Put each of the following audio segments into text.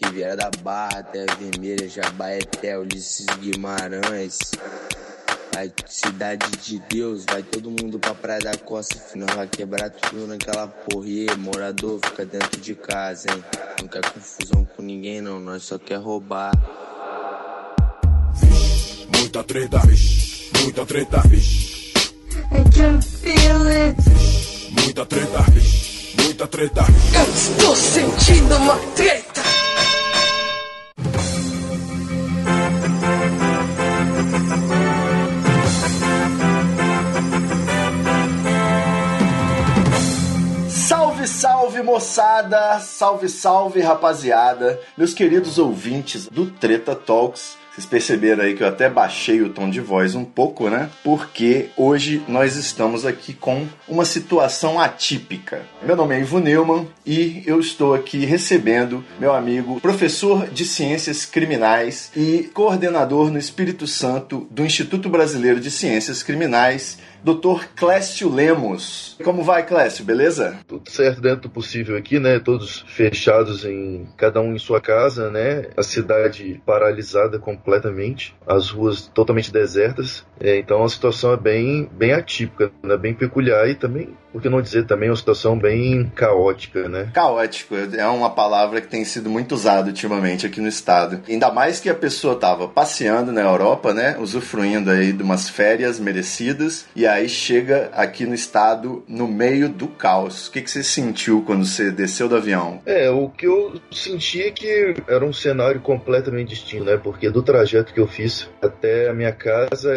Riviera da Barra, Terra Vermelha, Jabaeté, Ulisses Guimarães. Vai, Cidade de Deus, vai todo mundo pra Praia da Costa, final vai quebrar tudo naquela porra. Morador, fica dentro de casa, hein? Não quer confusão com ninguém não, nós só quer roubar. Muita treta, muita treta, I can feel it. muita treta, muita treta. Eu estou sentindo uma treta. Salve, salve, moçada! Salve, salve, rapaziada! Meus queridos ouvintes do Treta Talks. Vocês perceberam aí que eu até baixei o tom de voz um pouco, né? Porque hoje nós estamos aqui com uma situação atípica. Meu nome é Ivo Neumann e eu estou aqui recebendo meu amigo, professor de Ciências Criminais e coordenador no Espírito Santo do Instituto Brasileiro de Ciências Criminais, Dr. Clécio Lemos. Como vai, Clécio? Beleza? Tudo certo dentro do possível aqui, né? Todos fechados, cada um em sua casa, né? A cidade paralisada completamente, as ruas totalmente desertas. Então a situação é bem atípica, né? Bem peculiar e também, por que não dizer, também uma situação bem caótica, né? Caótico é uma palavra que tem sido muito usada ultimamente aqui no estado. Ainda mais que a pessoa estava passeando na Europa, né? Usufruindo aí de umas férias merecidas e aí chega aqui no estado no meio do caos. O que você sentiu quando você desceu do avião? O que eu senti é que era um cenário completamente distinto, né? Porque do trajeto que eu fiz até a minha casa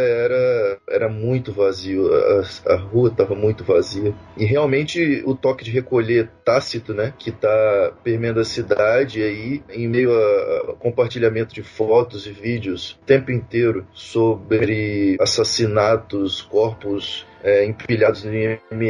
era muito vazio, a rua estava muito vazia. E realmente o toque de recolher tácito, né? Que está permeando a cidade aí, em meio a compartilhamento de fotos e vídeos o tempo inteiro sobre assassinatos, corpos empilhados no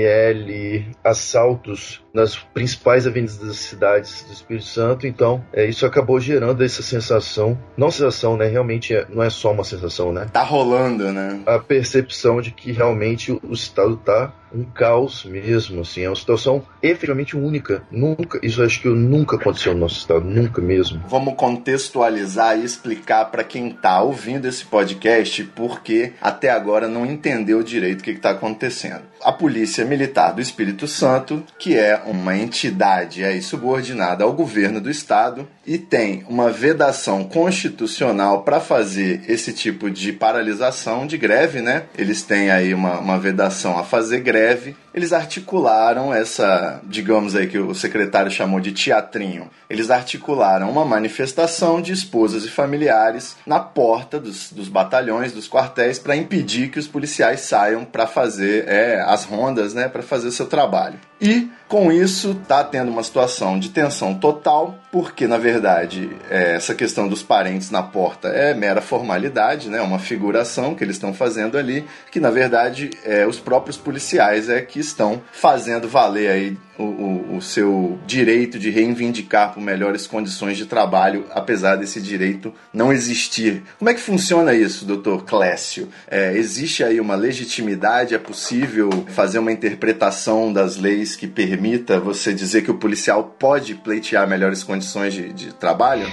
IML, assaltos nas principais avenidas das cidades do Espírito Santo. Então, isso acabou gerando essa sensação, não sensação, né? Realmente não é só uma sensação, né? Tá rolando, né? A percepção de que realmente o estado tá um caos mesmo, assim, é uma situação efetivamente única. Isso acho que nunca aconteceu no nosso estado, nunca mesmo. Vamos contextualizar e explicar para quem tá ouvindo esse podcast porque até agora não entendeu direito o que tá acontecendo. A Polícia Militar do Espírito Santo, que é uma entidade subordinada ao governo do estado e tem uma vedação constitucional para fazer esse tipo de paralisação de greve, né? Eles têm aí uma vedação a fazer greve. Eles articularam essa, digamos aí que o secretário chamou de teatrinho. Eles articularam uma manifestação de esposas e familiares na porta dos batalhões, dos quartéis, para impedir que os policiais saiam para fazer as rondas, né, para fazer o seu trabalho. E com isso está tendo uma situação de tensão total, porque na verdade essa questão dos parentes na porta é mera formalidade, né, uma figuração que eles estão fazendo ali, que na verdade os próprios policiais que estão fazendo valer aí o seu direito de reivindicar por melhores condições de trabalho, apesar desse direito não existir. Como é que funciona isso, doutor Clécio? Existe aí uma legitimidade? É possível fazer uma interpretação das leis que permita você dizer que o policial pode pleitear melhores condições de trabalho?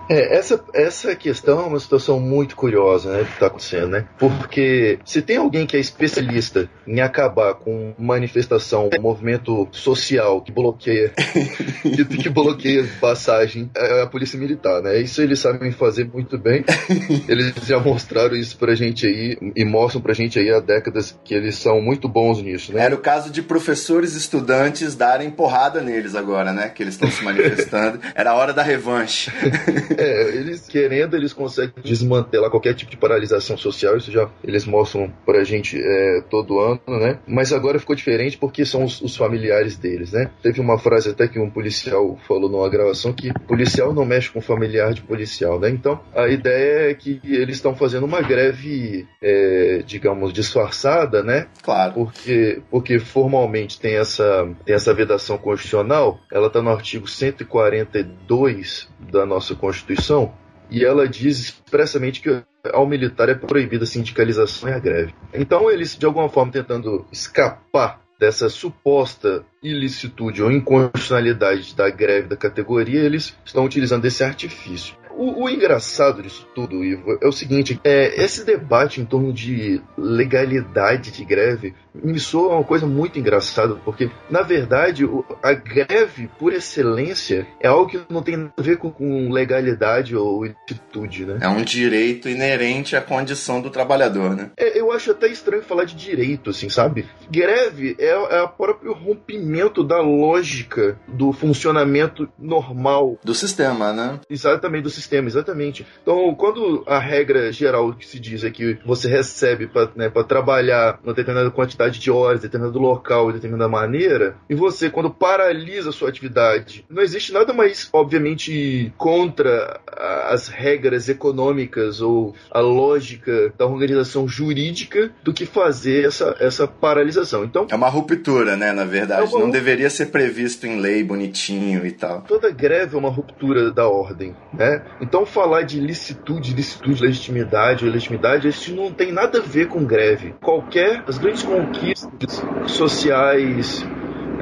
Essa questão é uma situação muito curiosa, né, que está acontecendo, né? Porque se tem alguém que é especialista em acabar com manifestação, um movimento social que bloqueia passagem, é a Polícia Militar, né? Isso eles sabem fazer muito bem. Eles já mostraram isso pra gente aí e mostram pra gente aí há décadas que eles são muito bons nisso, né? Era o caso de professores e estudantes darem porrada neles agora, né? Que eles estão se manifestando. Era a hora da revanche. Eles conseguem desmantelar qualquer tipo de paralisação social, isso já eles mostram pra gente todo ano, né? Mas agora ficou diferente porque são os familiares deles, né? Teve uma frase até que um policial falou numa gravação que policial não mexe com familiar de policial, né? Então, a ideia é que eles estão fazendo uma greve, digamos, disfarçada, né? Claro. Porque formalmente tem essa vedação constitucional, ela está no artigo 142 da nossa Constituição, e ela diz expressamente que ao militar é proibida a sindicalização e a greve. Então eles, de alguma forma, tentando escapar dessa suposta ilicitude ou inconstitucionalidade da greve da categoria, eles estão utilizando esse artifício. O engraçado disso tudo, Ivo, é o seguinte, esse debate em torno de legalidade de greve me soa uma coisa muito engraçada, porque, na verdade, a greve, por excelência, é algo que não tem nada a ver com legalidade ou ilicitude, né? É um direito inerente à condição do trabalhador, né? Eu acho até estranho falar de direito, assim, sabe? Greve é o próprio rompimento da lógica do funcionamento normal. Do sistema, né? Exatamente, do sistema, exatamente. Então, quando a regra geral que se diz é que você recebe para trabalhar uma determinada quantidade de horas, determinado local, de determinada maneira, e você, quando paralisa a sua atividade, não existe nada mais, obviamente, contra as regras econômicas ou a lógica da organização jurídica do que fazer essa paralisação. Então, é uma ruptura, né, na verdade. Não deveria ser previsto em lei, bonitinho e tal. Toda greve é uma ruptura da ordem, né? Então, falar de licitude, legitimidade ou ilegitimidade, isso não tem nada a ver com greve. As grandes conquistas sociais,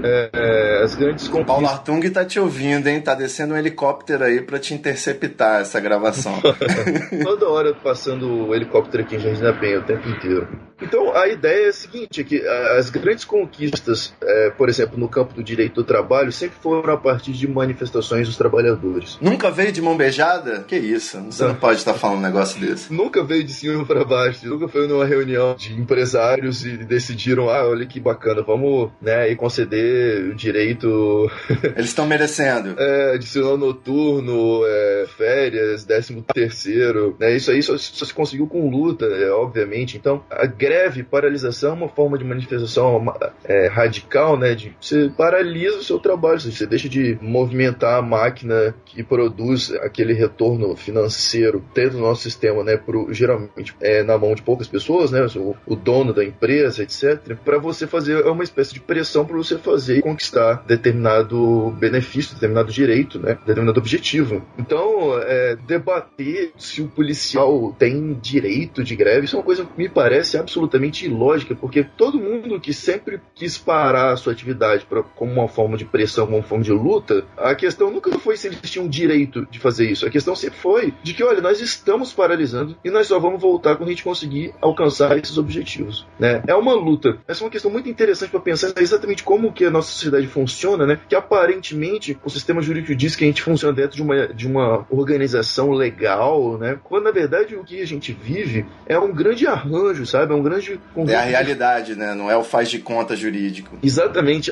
as grandes conquistas... Paulo Artung tá te ouvindo, hein? Tá descendo um helicóptero aí pra te interceptar essa gravação. Toda hora passando o helicóptero aqui em Jardim da Penha, o tempo inteiro. Então, a ideia é a seguinte, é que as grandes conquistas, por exemplo, no campo do direito do trabalho, sempre foram a partir de manifestações dos trabalhadores. Nunca veio de mão beijada? Que isso? Você não pode estar falando um negócio desse. Nunca veio de cima para baixo. Nunca foi numa reunião de empresários e decidiram, olha que bacana, vamos, né, conceder o direito... Eles estão merecendo. De sinal noturno, férias, 13º, né? Isso aí só se conseguiu com luta, obviamente. Então, a greve, paralisação é uma forma de manifestação radical, né? Você paralisa o seu trabalho, você deixa de movimentar a máquina que produz aquele retorno financeiro dentro do nosso sistema, né? Geralmente na mão de poucas pessoas, né? O dono da empresa, etc. Para você fazer uma espécie de pressão para você fazer e conquistar determinado benefício, determinado direito, né? Determinado objetivo. Então, debater se o policial tem direito de greve, isso é uma coisa que me parece absolutamente ilógica, porque todo mundo que sempre quis parar a sua atividade como uma forma de pressão, como uma forma de luta, a questão nunca foi se eles tinham direito de fazer isso. A questão sempre foi de que, olha, nós estamos paralisando e nós só vamos voltar quando a gente conseguir alcançar esses objetivos, né? É uma luta. Essa é uma questão muito interessante para pensar exatamente como que a nossa sociedade funciona, né? Que aparentemente o sistema jurídico diz que a gente funciona dentro de uma organização legal, né? Quando na verdade o que a gente vive é um grande arranjo, sabe? É um grande conjunto. É a realidade, né? Não é o faz de conta jurídico. Exatamente.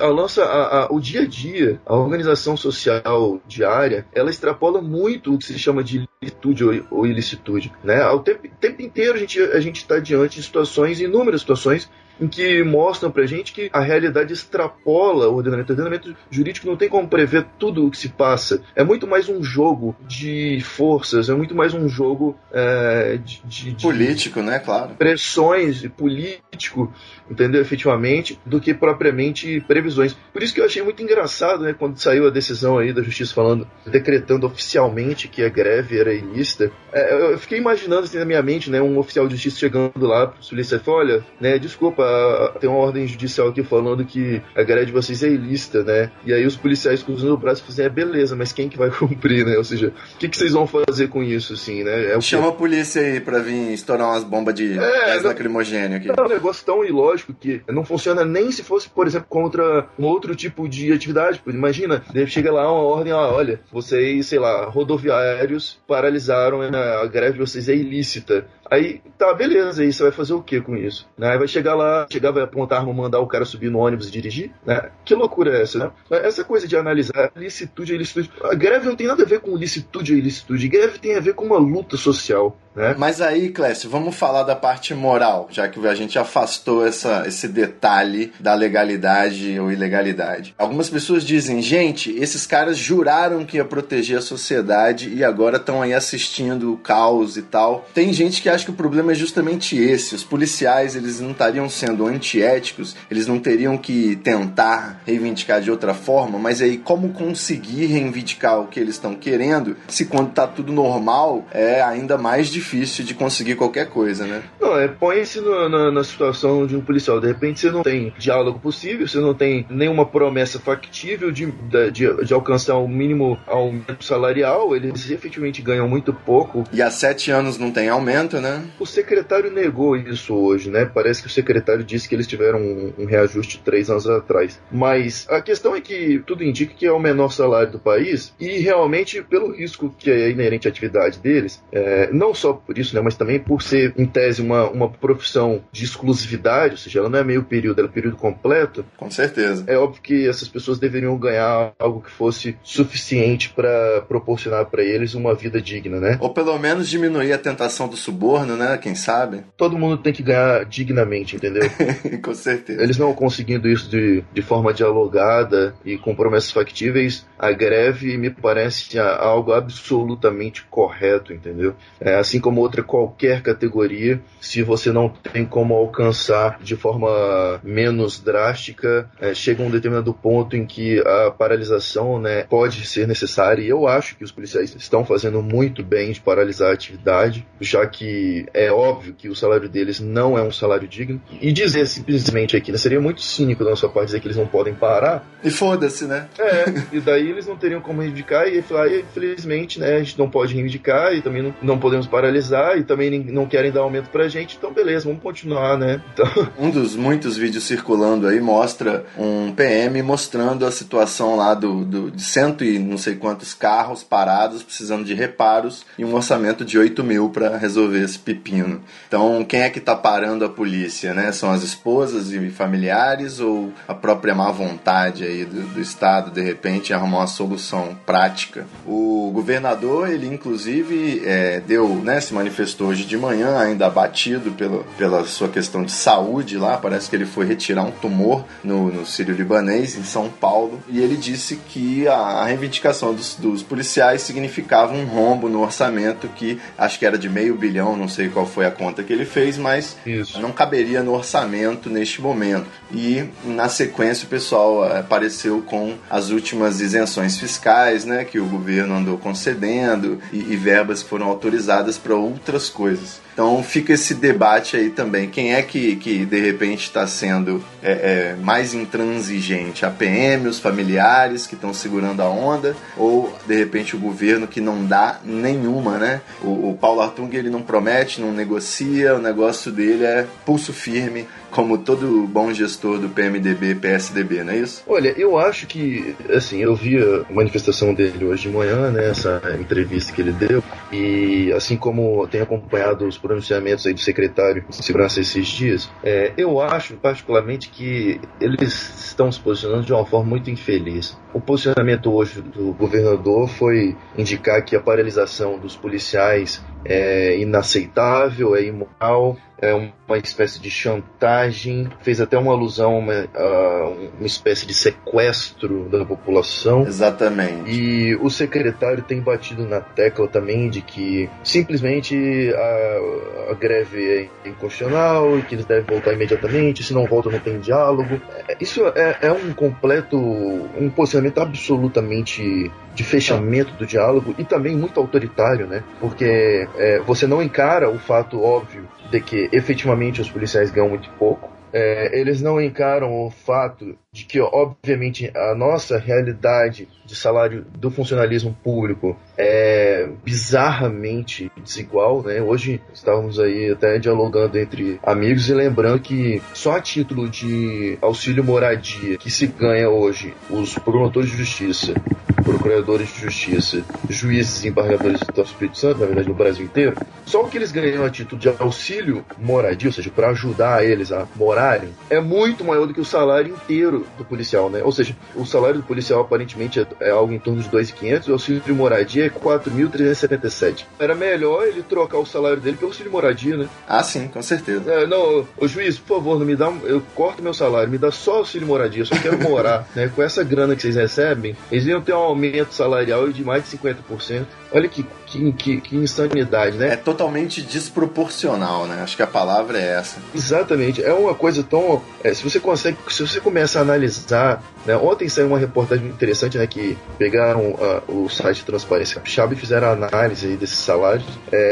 O dia a dia, a organização social diária, ela extrapola muito o que se chama de ilicitude ou ilicitude, né? O tempo inteiro a gente está diante de situações, inúmeras situações, em que mostram pra gente que a realidade extrapola o ordenamento. O ordenamento jurídico não tem como prever tudo o que se passa. É muito mais um jogo de forças, é muito mais um jogo de político, né? Claro. Pressões político, entendeu? Efetivamente, do que propriamente previsões. Por isso que eu achei muito engraçado, né? Quando saiu a decisão aí da justiça decretando oficialmente que a greve era ilícita. Eu fiquei imaginando assim na minha mente, né? Um oficial de justiça chegando lá para os policiais e falou, olha, né? Desculpa, tem uma ordem judicial aqui falando que a greve de vocês é ilícita, né? E aí os policiais cruzando o braço e dizem, beleza, mas quem que vai cumprir, né? Ou seja, o que vocês vão fazer com isso, assim, né? Chama a polícia aí pra vir estourar umas bombas de gás lacrimogêneo aqui. É um negócio tão ilógico que não funciona nem se fosse, por exemplo, contra um outro tipo de atividade. Imagina, chega lá uma ordem, olha, vocês, sei lá, rodoviários paralisaram, a greve de vocês é ilícita. Aí, tá, beleza, aí você vai fazer o que com isso? Né? Vai chegar lá, vai apontar a arma, mandar o cara subir no ônibus e dirigir? Né? Que loucura é essa, né? Essa coisa de analisar licitude e ilicitude. A greve não tem nada a ver com licitude ou ilicitude. A greve tem a ver com uma luta social, né? Mas aí, Clécio, vamos falar da parte moral, já que a gente afastou esse detalhe da legalidade ou ilegalidade. Algumas pessoas dizem, gente, esses caras juraram que ia proteger a sociedade e agora estão aí assistindo o caos e tal. Tem gente que acha que o problema é justamente esse. Os policiais, eles não estariam sendo antiéticos, eles não teriam que tentar reivindicar de outra forma, mas aí como conseguir reivindicar o que eles estão querendo, se quando tá tudo normal é ainda mais difícil. difícil de conseguir qualquer coisa, né? Não, põe-se na situação de um policial. De repente você não tem diálogo possível, você não tem nenhuma promessa factível de alcançar o mínimo aumento salarial, eles efetivamente ganham muito pouco. E há 7 anos não tem aumento, né? O secretário negou isso hoje, né? Parece que o secretário disse que eles tiveram um reajuste 3 anos atrás. Mas a questão é que tudo indica que é o menor salário do país e realmente pelo risco que é inerente à atividade deles, não só por isso, né? Mas também por ser, em tese, uma profissão de exclusividade, ou seja, ela não é meio período, ela é período completo. Com certeza. É óbvio que essas pessoas deveriam ganhar algo que fosse suficiente para proporcionar para eles uma vida digna, né? Ou pelo menos diminuir a tentação do suborno, né? Quem sabe? Todo mundo tem que ganhar dignamente, entendeu? Com certeza. Eles não conseguindo isso de forma dialogada e com promessas factíveis, a greve me parece algo absolutamente correto, entendeu? Assim como outra qualquer categoria, se você não tem como alcançar de forma menos drástica, chega a um determinado ponto em que a paralisação, né, pode ser necessária, e eu acho que os policiais estão fazendo muito bem de paralisar a atividade, já que é óbvio que o salário deles não é um salário digno, e dizer simplesmente aqui, né, seria muito cínico da nossa parte dizer que eles não podem parar. E foda-se, né? E daí eles não teriam como reivindicar, e infelizmente, né, a gente não pode reivindicar, e também não podemos paralisar, e também não querem dar aumento pra gente, então beleza, vamos continuar, né? Então... Um dos muitos vídeos circulando aí mostra um PM mostrando a situação lá de 100 e não sei quantos carros parados, precisando de reparos, e um orçamento de 8 mil para resolver esse pepino. Então, quem é que tá parando a polícia, né? São as esposas e familiares ou a própria má vontade aí do Estado, de repente, arrumar uma solução prática? O governador, ele inclusive se manifestou hoje de manhã, ainda abatido pela sua questão de saúde lá, parece que ele foi retirar um tumor no Sírio-Libanês, em São Paulo, e ele disse que a reivindicação dos policiais significava um rombo no orçamento que acho que era de $500 milhão, não sei qual foi a conta que ele fez, mas isso não caberia no orçamento neste momento. E na sequência o pessoal apareceu com as últimas isenções fiscais, né, que o governo andou concedendo e verbas que foram autorizadas para outras coisas. Então fica esse debate aí também. Quem é que de repente está sendo mais intransigente? A PM, os familiares que estão segurando a onda, ou de repente o governo que não dá nenhuma, né? O Paulo Artung, ele não promete, não negocia, o negócio dele é pulso firme, como todo bom gestor do PMDB, PSDB, não é isso? Olha, eu acho que, assim, eu vi a manifestação dele hoje de manhã, né, essa entrevista que ele deu, e assim como tenho acompanhado os pronunciamentos aí do secretário de Segurança esses dias, eu acho particularmente que eles estão se posicionando de uma forma muito infeliz. O posicionamento hoje do governador foi indicar que a paralisação dos policiais é inaceitável, é imoral, é uma espécie de chantagem, fez até uma alusão a uma espécie de sequestro da população. Exatamente. E o secretário tem batido na tecla também de que simplesmente a greve é inconstitucional e que eles devem voltar imediatamente, se não volta não tem diálogo. Isso é um posicionamento absolutamente de fechamento do diálogo e também muito autoritário, né? Porque você não encara o fato óbvio de que efetivamente os policiais ganham muito pouco. Eles não encaram o fato de que, obviamente, a nossa realidade de salário do funcionalismo público é bizarramente desigual, né? Hoje estávamos aí até dialogando entre amigos e lembrando que só a título de auxílio moradia que se ganha hoje os promotores de justiça, procuradores de justiça, juízes e embargadores do Espírito Santo, na verdade no Brasil inteiro, só o que eles ganham a título de auxílio moradia, ou seja, para ajudar eles a morarem, é muito maior do que o salário inteiro do policial, né? Ou seja, o salário do policial aparentemente é algo em torno de 2.500 e o auxílio de moradia é 4.377. Era melhor ele trocar o salário dele pelo auxílio de moradia, né? Ah, sim, com certeza. Não, o juiz, por favor, não me dá, eu corto meu salário, me dá só auxílio de moradia, eu só quero morar, né? Com essa grana que vocês recebem, eles iam ter uma aumento salarial de mais de 50%. Olha que insanidade, né? É totalmente desproporcional, né? Acho que a palavra é essa. Exatamente. É uma coisa tão... se você começa a analisar... Né? Ontem saiu uma reportagem interessante, né? Que pegaram o site Transparência Capixaba e fizeram a análise aí desses salários.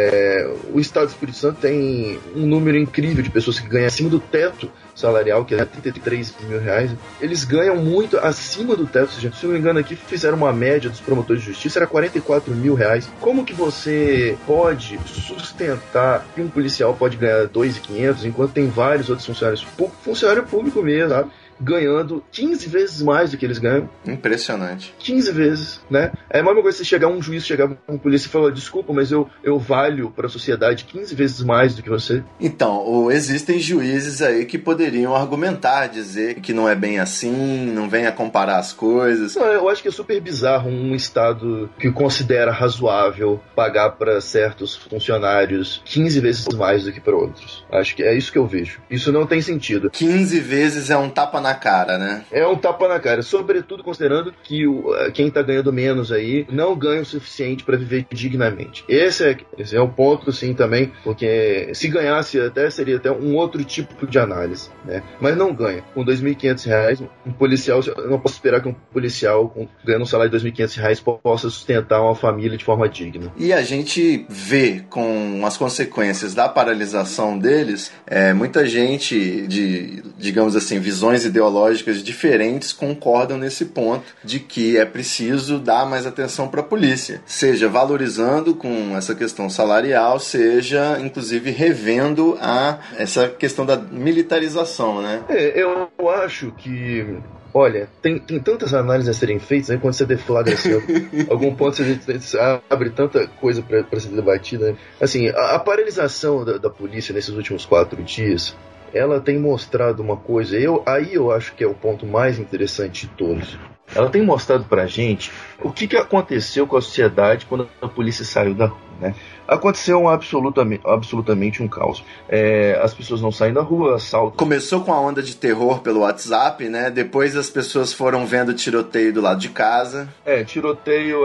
O Estado do Espírito Santo tem um número incrível de pessoas que ganham acima do teto salarial, que é 33 mil reais. Eles ganham muito acima do teto. Se não me engano, aqui fizeram uma média dos promotores de justiça, era 44 mil reais. Como que você pode sustentar que um policial pode ganhar 2.500 enquanto tem vários outros funcionários públicos, funcionário público mesmo, sabe? Ganhando 15 vezes mais do que eles ganham. Impressionante. 15 vezes, né? É a mesma coisa se chegar um juiz, chegar um polícia e falar, desculpa, mas eu valho para a sociedade 15 vezes mais do que você. Então, existem juízes aí que poderiam argumentar, dizer que não é bem assim, não venha comparar as coisas. Não, eu acho que é super bizarro um estado que considera razoável pagar para certos funcionários 15 vezes mais do que para outros. Acho que é isso que eu vejo. Isso não tem sentido. 15 vezes é um tapa na cara, né? É um tapa na cara, sobretudo considerando que quem tá ganhando menos aí não ganha o suficiente para viver dignamente. Esse é o ponto, sim, também, porque se ganhasse até seria até um outro tipo de análise, né? Mas não ganha. Com R$2.500, um policial, eu não posso esperar que um policial ganhando um salário de R$2.500 possa sustentar uma família de forma digna. E a gente vê com as consequências da paralisação deles, muita gente de, digamos assim, visões ideológicas diferentes concordam nesse ponto de que é preciso dar mais atenção para a polícia, seja valorizando com essa questão salarial, seja inclusive revendo essa questão da militarização, né? Eu acho que... Olha, tem tantas análises a serem feitas, né? Quando você deflagra assim, algum ponto você abre tanta coisa para ser debatida, né? Assim, a paralisação da polícia nesses últimos 4 dias, ela tem mostrado uma coisa, aí eu acho que é o ponto mais interessante de todos. Ela tem mostrado pra gente o que aconteceu com a sociedade quando a polícia saiu da rua, né? Aconteceu absolutamente um caos. As pessoas não saem da rua, assalto. Começou com a onda de terror pelo WhatsApp, né? Depois as pessoas foram vendo tiroteio do lado de casa. Tiroteio,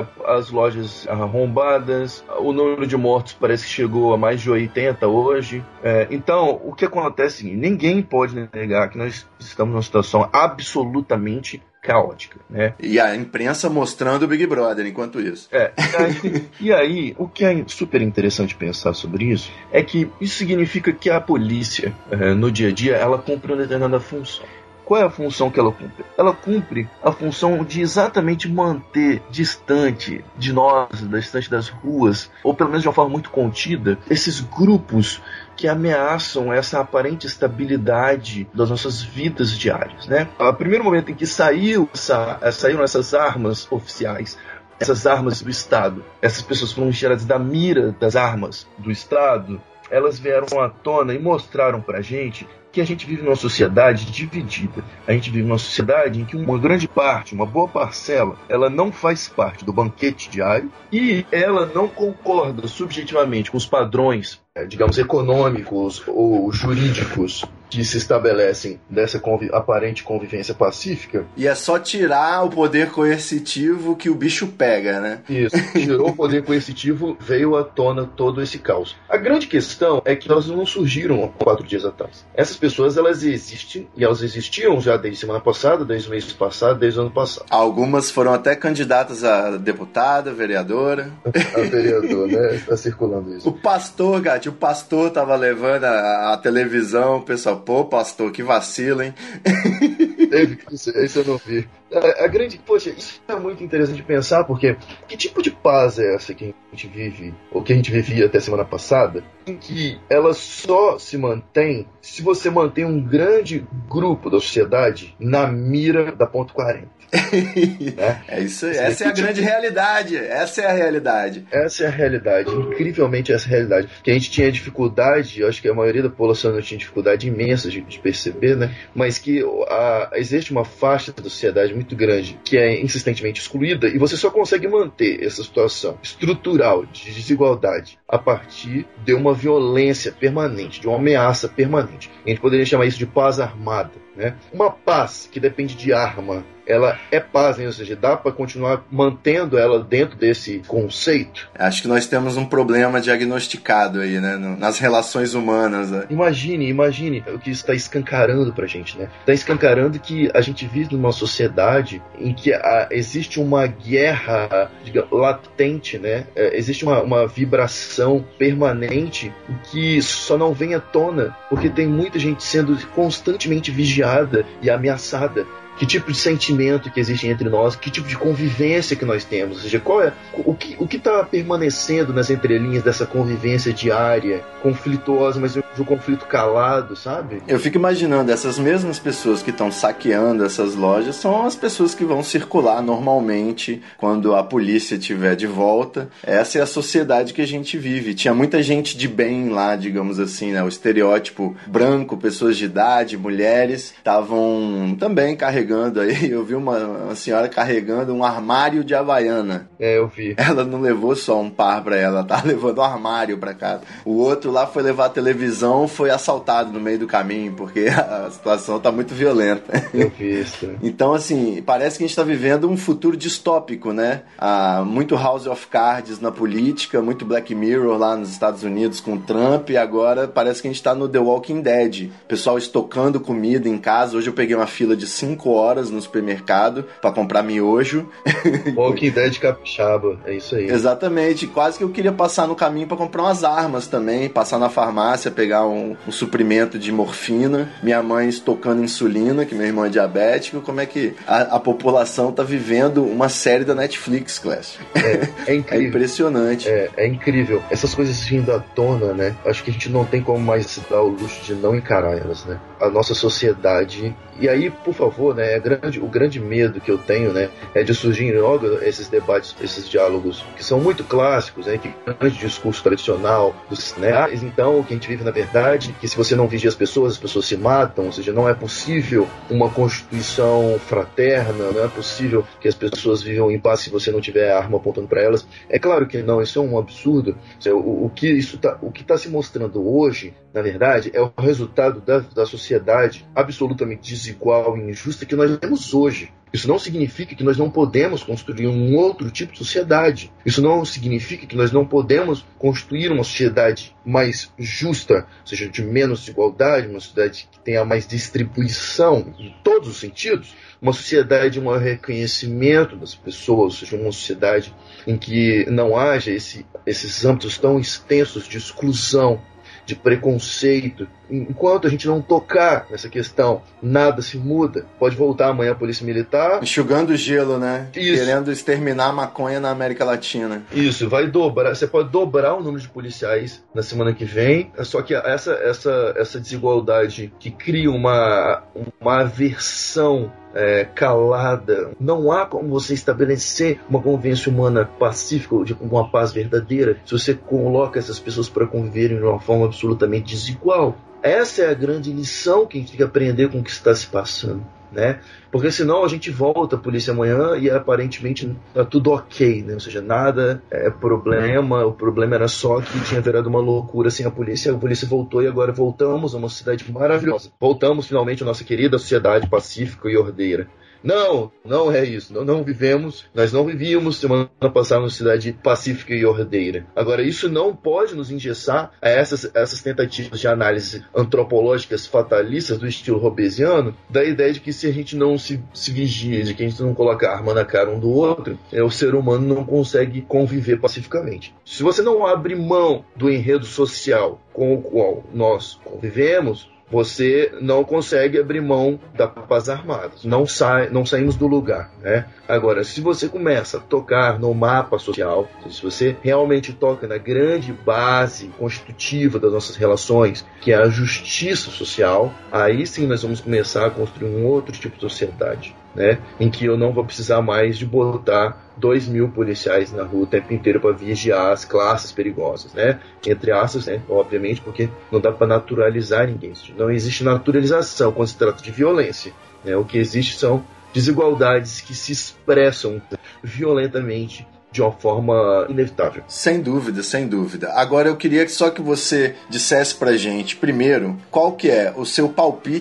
as lojas arrombadas, o número de mortos parece que chegou a mais de 80 hoje. Então, o que acontece? Ninguém pode negar que nós estamos numa situação absolutamente caótica, né? E a imprensa mostrando o Big Brother enquanto isso. E aí, o que é super interessante pensar sobre isso é que isso significa que a polícia, no dia a dia, ela cumpre uma determinada função. Qual é a função que ela cumpre? Ela cumpre a função de exatamente manter distante de nós, distante das ruas, ou pelo menos de uma forma muito contida, esses grupos que ameaçam essa aparente estabilidade das nossas vidas diárias, né? A primeiro momento em que saíram essas armas oficiais, essas armas do Estado, essas pessoas foram tiradas da mira das armas do Estado, elas vieram à tona e mostraram pra gente que a gente vive numa sociedade dividida. A gente vive numa sociedade em que uma grande parte, uma boa parcela, ela não faz parte do banquete diário e ela não concorda subjetivamente com os padrões, digamos, econômicos ou jurídicos que se estabelecem dessa aparente convivência pacífica. E é só tirar o poder coercitivo que o bicho pega, né? Isso, tirou o poder coercitivo, veio à tona todo esse caos. A grande questão é que elas não surgiram 4 dias atrás. Essas pessoas, elas existem, e elas existiam já desde semana passada, desde o mês passado, desde o ano passado. Algumas foram até candidatas a deputada, vereadora. A vereadora, né? Está circulando isso. O pastor tava levando a televisão, o pessoal, pô, pastor, que vacilo, hein? Isso eu não vi. Poxa, isso é muito interessante de pensar, porque que tipo de paz é essa que a gente vive, ou que a gente vivia até semana passada, em que ela só se mantém se você mantém um grande grupo da sociedade na mira da ponto 40. Né? É isso aí. Essa é a grande realidade. Essa é a realidade. Essa é a realidade. Incrivelmente essa é a realidade. Que a gente tinha dificuldade, eu acho que a maioria da população não tinha dificuldade imensa de perceber, né? Mas que existe uma faixa da sociedade muito grande que é insistentemente excluída, e você só consegue manter essa situação estrutural de desigualdade a partir de uma violência permanente, de uma ameaça permanente. A gente poderia chamar isso de paz armada. né? Uma paz que depende de arma, ela é paz, né? Ou seja, dá para continuar mantendo ela dentro desse conceito? Acho que nós temos um problema diagnosticado aí, né? Nas relações humanas, né? Imagine o que isso está escancarando pra gente, né? Está escancarando que a gente vive numa sociedade em que existe uma guerra, digamos, latente, né? Existe uma vibração permanente que só não vem à tona porque tem muita gente sendo constantemente vigiada e ameaçada. Que tipo de sentimento que existe entre nós, que tipo de convivência que nós temos, ou seja, o que está permanecendo nas entrelinhas dessa convivência diária, conflituosa, mas um conflito calado, sabe? Eu fico imaginando, essas mesmas pessoas que estão saqueando essas lojas são as pessoas que vão circular normalmente quando a polícia estiver de volta. Essa é a sociedade que a gente vive. Tinha muita gente de bem lá, digamos assim, né? O estereótipo branco, pessoas de idade, mulheres, estavam também carregando aí, eu vi uma senhora carregando um armário de Havaiana. Eu vi. Ela não levou só um par pra ela tá levando um armário pra casa. O outro lá foi levar a televisão, foi assaltado no meio do caminho, porque a situação tá muito violenta. Eu vi isso. Então, assim, parece que a gente tá vivendo um futuro distópico, né? Muito House of Cards na política, muito Black Mirror lá nos Estados Unidos com Trump, e agora parece que a gente tá no The Walking Dead. Pessoal estocando comida em casa. Hoje eu peguei uma fila de 5 horas no supermercado pra comprar miojo. Walking Dead capixaba, é isso aí. Exatamente, quase que eu queria passar no caminho pra comprar umas armas também, passar na farmácia, pegar um suprimento de morfina, minha mãe estocando insulina, que meu irmão é diabético. Como é que a população tá vivendo uma série da Netflix, Clash? É incrível. É impressionante. É incrível. Essas coisas vindo à tona, né? Acho que a gente não tem como mais se dar o luxo de não encarar elas, né? A nossa sociedade. E aí, por favor, né? O grande medo que eu tenho, né? É de surgir logo esses debates, esses diálogos que são muito clássicos, né? Que grande discurso tradicional dos, né? Então, o que a gente vive na verdade, que se você não vigia as pessoas se matam, ou seja, não é possível uma constituição fraterna, não é possível que as pessoas vivam em paz se você não tiver a arma apontando para elas. É claro que não, isso é um absurdo. O que está se mostrando hoje, na verdade, é o resultado da sociedade absolutamente desigual e injusta que nós temos hoje. Isso não significa que nós não podemos construir um outro tipo de sociedade. Isso não significa que nós não podemos construir uma sociedade mais justa, ou seja, de menos desigualdade, uma sociedade que tenha mais distribuição em todos os sentidos, uma sociedade de maior reconhecimento das pessoas, ou seja, uma sociedade em que não haja esses âmbitos tão extensos de exclusão, de preconceito. Enquanto a gente não tocar nessa questão, nada se muda. Pode voltar amanhã a polícia militar. Enxugando gelo, né? Isso. Querendo exterminar a maconha na América Latina. Isso, vai dobrar. Você pode dobrar o número de policiais na semana que vem. Só que essa desigualdade que cria uma aversão calada. Não há como você estabelecer uma convivência humana pacífica, uma paz verdadeira, se você coloca essas pessoas para conviverem de uma forma absolutamente desigual. Essa é a grande lição que a gente tem que aprender com o que está se passando, né? Porque senão a gente volta à polícia amanhã e aparentemente está tudo ok, né? Ou seja, nada é problema, o problema era só que tinha virado uma loucura sem a polícia voltou e agora voltamos a uma sociedade maravilhosa. Voltamos finalmente à nossa querida sociedade pacífica e ordeira. Não é isso. Nós não vivíamos semana passada numa cidade pacífica e ordeira. Agora, isso não pode nos engessar a essas tentativas de análise antropológicas fatalistas do estilo hobbesiano, da ideia de que se a gente não se vigia, de que a gente não coloca a arma na cara um do outro, o ser humano não consegue conviver pacificamente. Se você não abre mão do enredo social com o qual nós convivemos, você não consegue abrir mão da paz armada. Não saímos do lugar, né? Agora, se você começa a tocar no mapa social, se você realmente toca na grande base constitutiva das nossas relações, que é a justiça social, aí sim nós vamos começar a construir um outro tipo de sociedade, né? Em que eu não vou precisar mais de botar 2.000 policiais na rua o tempo inteiro para vigiar as classes perigosas, né? Entre aspas, né? Obviamente, porque não dá para naturalizar ninguém. Não existe naturalização quando se trata de violência, né? O que existe são desigualdades que se expressam violentamente de uma forma inevitável. Sem dúvida, sem dúvida. Agora eu queria só que você dissesse pra gente, primeiro, qual que é o seu palpite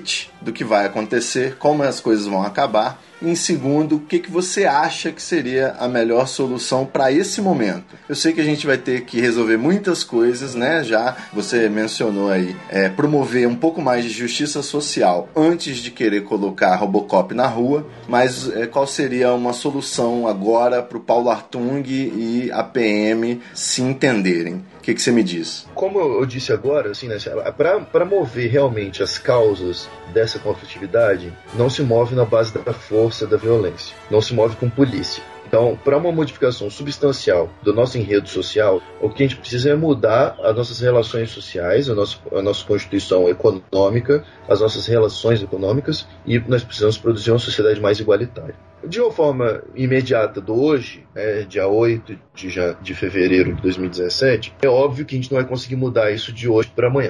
do que vai acontecer, como as coisas vão acabar. Em segundo, o que você acha que seria a melhor solução para esse momento? Eu sei que a gente vai ter que resolver muitas coisas, né? Já você mencionou aí, promover um pouco mais de justiça social antes de querer colocar Robocop na rua, mas qual seria uma solução agora para o Paulo Hartung e a PM se entenderem? O que você me diz? Como eu disse agora, assim, né, para mover realmente as causas dessa conflitividade, não se move na base da força, da violência. Não se move com polícia. Então, para uma modificação substancial do nosso enredo social, o que a gente precisa é mudar as nossas relações sociais, a nossa constituição econômica, as nossas relações econômicas, e nós precisamos produzir uma sociedade mais igualitária. De uma forma imediata do hoje, dia 8 de fevereiro de 2017, é óbvio que a gente não vai conseguir mudar isso de hoje para amanhã.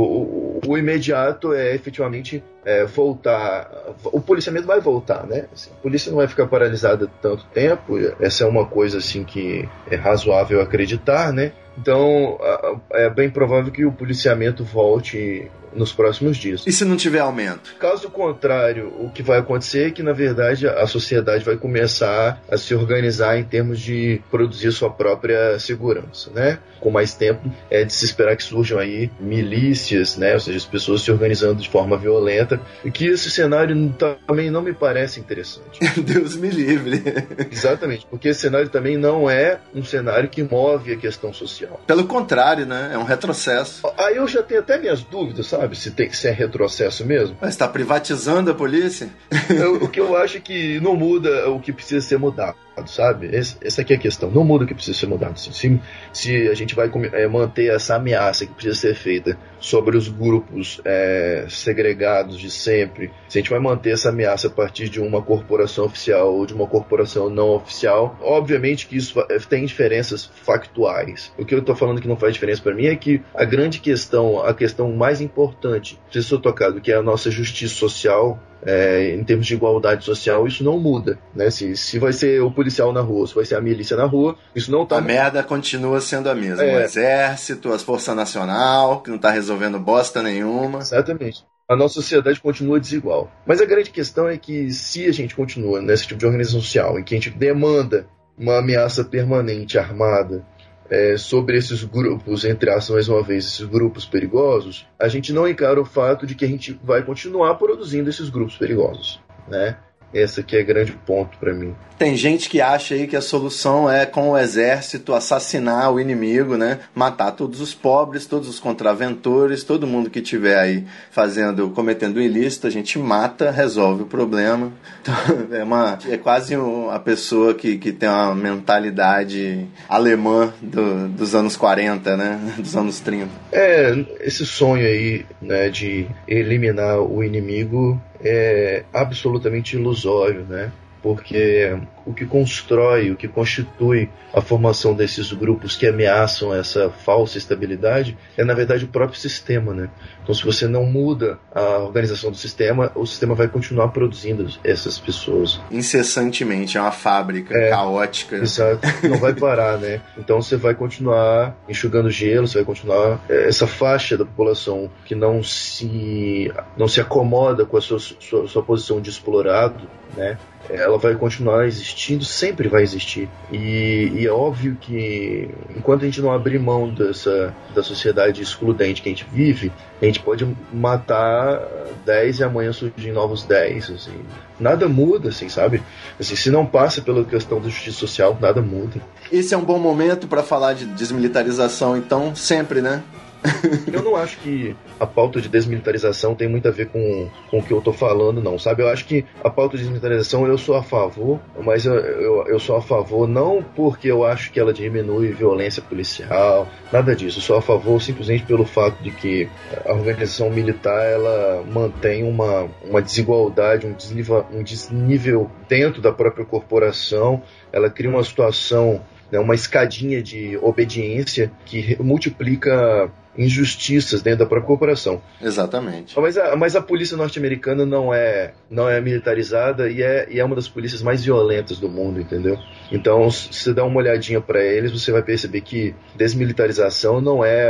O imediato é efetivamente voltar. O policiamento vai voltar, né? Assim, a polícia não vai ficar paralisada tanto tempo, essa é uma coisa assim que é razoável acreditar, né? Então, é bem provável que o policiamento volte nos próximos dias. E se não tiver aumento? Caso contrário, o que vai acontecer é que, na verdade, a sociedade vai começar a se organizar em termos de produzir sua própria segurança, né? Com mais tempo, é de se esperar que surjam aí milícias, né? Ou seja, as pessoas se organizando de forma violenta, e que esse cenário também não me parece interessante. Deus me livre. Exatamente, porque esse cenário também não é um cenário que move a questão social. Pelo contrário, né? É um retrocesso. Aí eu já tenho até minhas dúvidas, sabe? Se é retrocesso mesmo. Mas está privatizando a polícia? O que eu acho que não muda o que precisa ser mudado, sabe? Essa aqui é a questão. Não muda o que precisa ser mudado. Se a gente vai manter essa ameaça que precisa ser feita sobre os grupos segregados de sempre, se a gente vai manter essa ameaça a partir de uma corporação oficial ou de uma corporação não oficial, obviamente que isso tem diferenças factuais. O que eu estou falando que não faz diferença para mim é que a grande questão, a questão mais importante precisa ser tocada, que é a nossa justiça social, em termos de igualdade social, isso não muda, né? Se vai ser o policial na rua, se vai ser a milícia na rua, isso não tá... A merda continua sendo a mesma. O exército, as forças nacional, que não tá resolvendo bosta nenhuma. Exatamente. A nossa sociedade continua desigual. Mas a grande questão é que se a gente continua nesse tipo de organização social, em que a gente demanda uma ameaça permanente, armada, sobre esses grupos, entre aspas, mais uma vez, esses grupos perigosos, a gente não encara o fato de que a gente vai continuar produzindo esses grupos perigosos, né? Esse aqui é grande ponto para mim. Tem gente que acha aí que a solução é com o exército assassinar o inimigo, né? Matar todos os pobres, todos os contraventores, todo mundo que estiver aí cometendo ilícito, a gente mata, resolve o problema. Então, é quase a pessoa que tem uma mentalidade alemã dos anos 40, né? Dos anos 30. Esse sonho aí, né, de eliminar o inimigo é absolutamente ilusório, né? Porque o que constrói, o que constitui a formação desses grupos que ameaçam essa falsa estabilidade é, na verdade, o próprio sistema, né? Então, se você não muda a organização do sistema, o sistema vai continuar produzindo essas pessoas. Incessantemente, é uma fábrica caótica. Exato, não vai parar, né? Então, você vai continuar enxugando gelo, você vai continuar... Essa faixa da população que não se acomoda com a sua posição de explorado, né? Ela vai continuar existindo, sempre vai existir. E é óbvio que enquanto a gente não abrir mão da sociedade excludente que a gente vive, a gente pode matar 10 e amanhã surgem novos 10. Assim. Nada muda, assim, sabe? Assim, se não passa pela questão da justiça social, nada muda. Esse é um bom momento para falar de desmilitarização, então, sempre, né? Eu não acho que a pauta de desmilitarização tem muito a ver com o que eu tô falando, não, sabe? Eu acho que a pauta de desmilitarização eu sou a favor, mas eu sou a favor não porque eu acho que ela diminui violência policial, nada disso. Eu sou a favor simplesmente pelo fato de que a organização militar, ela mantém uma desigualdade, um desnível dentro da própria corporação, ela cria uma situação, né, uma escadinha de obediência que multiplica injustiças dentro da própria corporação. Exatamente. Mas a polícia norte-americana não é militarizada e é uma das polícias mais violentas do mundo, entendeu? Então, se você dá uma olhadinha para eles, você vai perceber que desmilitarização não é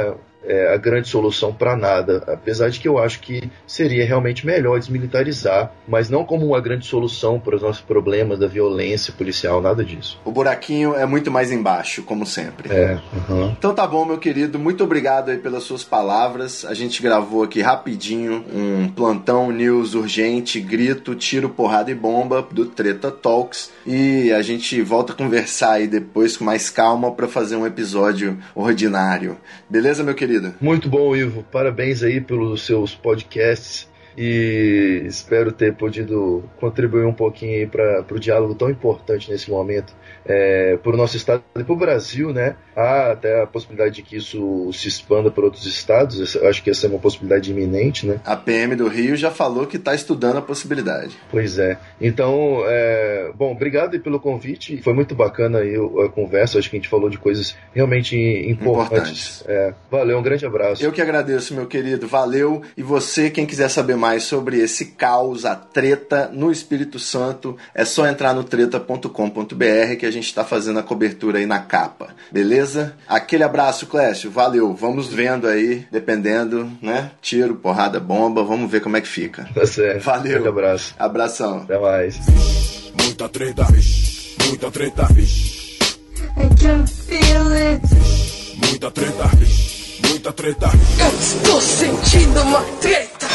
a grande solução para nada, apesar de que eu acho que seria realmente melhor desmilitarizar, mas não como uma grande solução para os nossos problemas da violência policial, nada disso. O buraquinho é muito mais embaixo, como sempre. Então tá bom, meu querido, muito obrigado aí pelas suas palavras. A gente gravou aqui rapidinho um plantão news urgente, grito, tiro, porrada e bomba do Treta Talks, e a gente volta a conversar aí depois com mais calma para fazer um episódio ordinário. Beleza, meu querido? Muito bom, Ivo. Parabéns aí pelos seus podcasts e espero ter podido contribuir um pouquinho aí para o diálogo tão importante nesse momento para o nosso estado e para o Brasil, né? Há até a possibilidade de que isso se expanda para outros estados. Eu acho que essa é uma possibilidade iminente, né? A PM do Rio já falou que está estudando a possibilidade. Pois é. Então, bom, obrigado aí pelo convite. Foi muito bacana aí a conversa. Acho que a gente falou de coisas realmente importantes. Valeu, um grande abraço. Eu que agradeço, meu querido. Valeu. E você, quem quiser saber mais sobre esse caos, a treta no Espírito Santo, é só entrar no treta.com.br que a gente está fazendo a cobertura aí na capa. Beleza? Aquele abraço, Clécio. Valeu. Vamos vendo aí, dependendo, né? Tiro, porrada, bomba. Vamos ver como é que fica. Tá certo. Valeu. Grande abraço. Abração. Até mais. Muita treta, muita treta, I can feel it. muita treta, muita treta. Eu estou sentindo uma treta.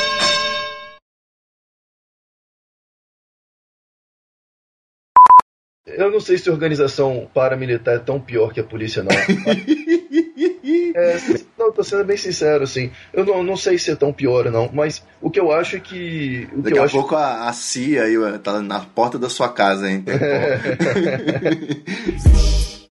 Eu não sei se a organização paramilitar é tão pior que a polícia, não. Não, tô sendo bem sincero, assim. Eu não sei se é tão pior, não. Mas o que eu acho é que... Daqui a pouco a CIA aí tá na porta da sua casa, hein?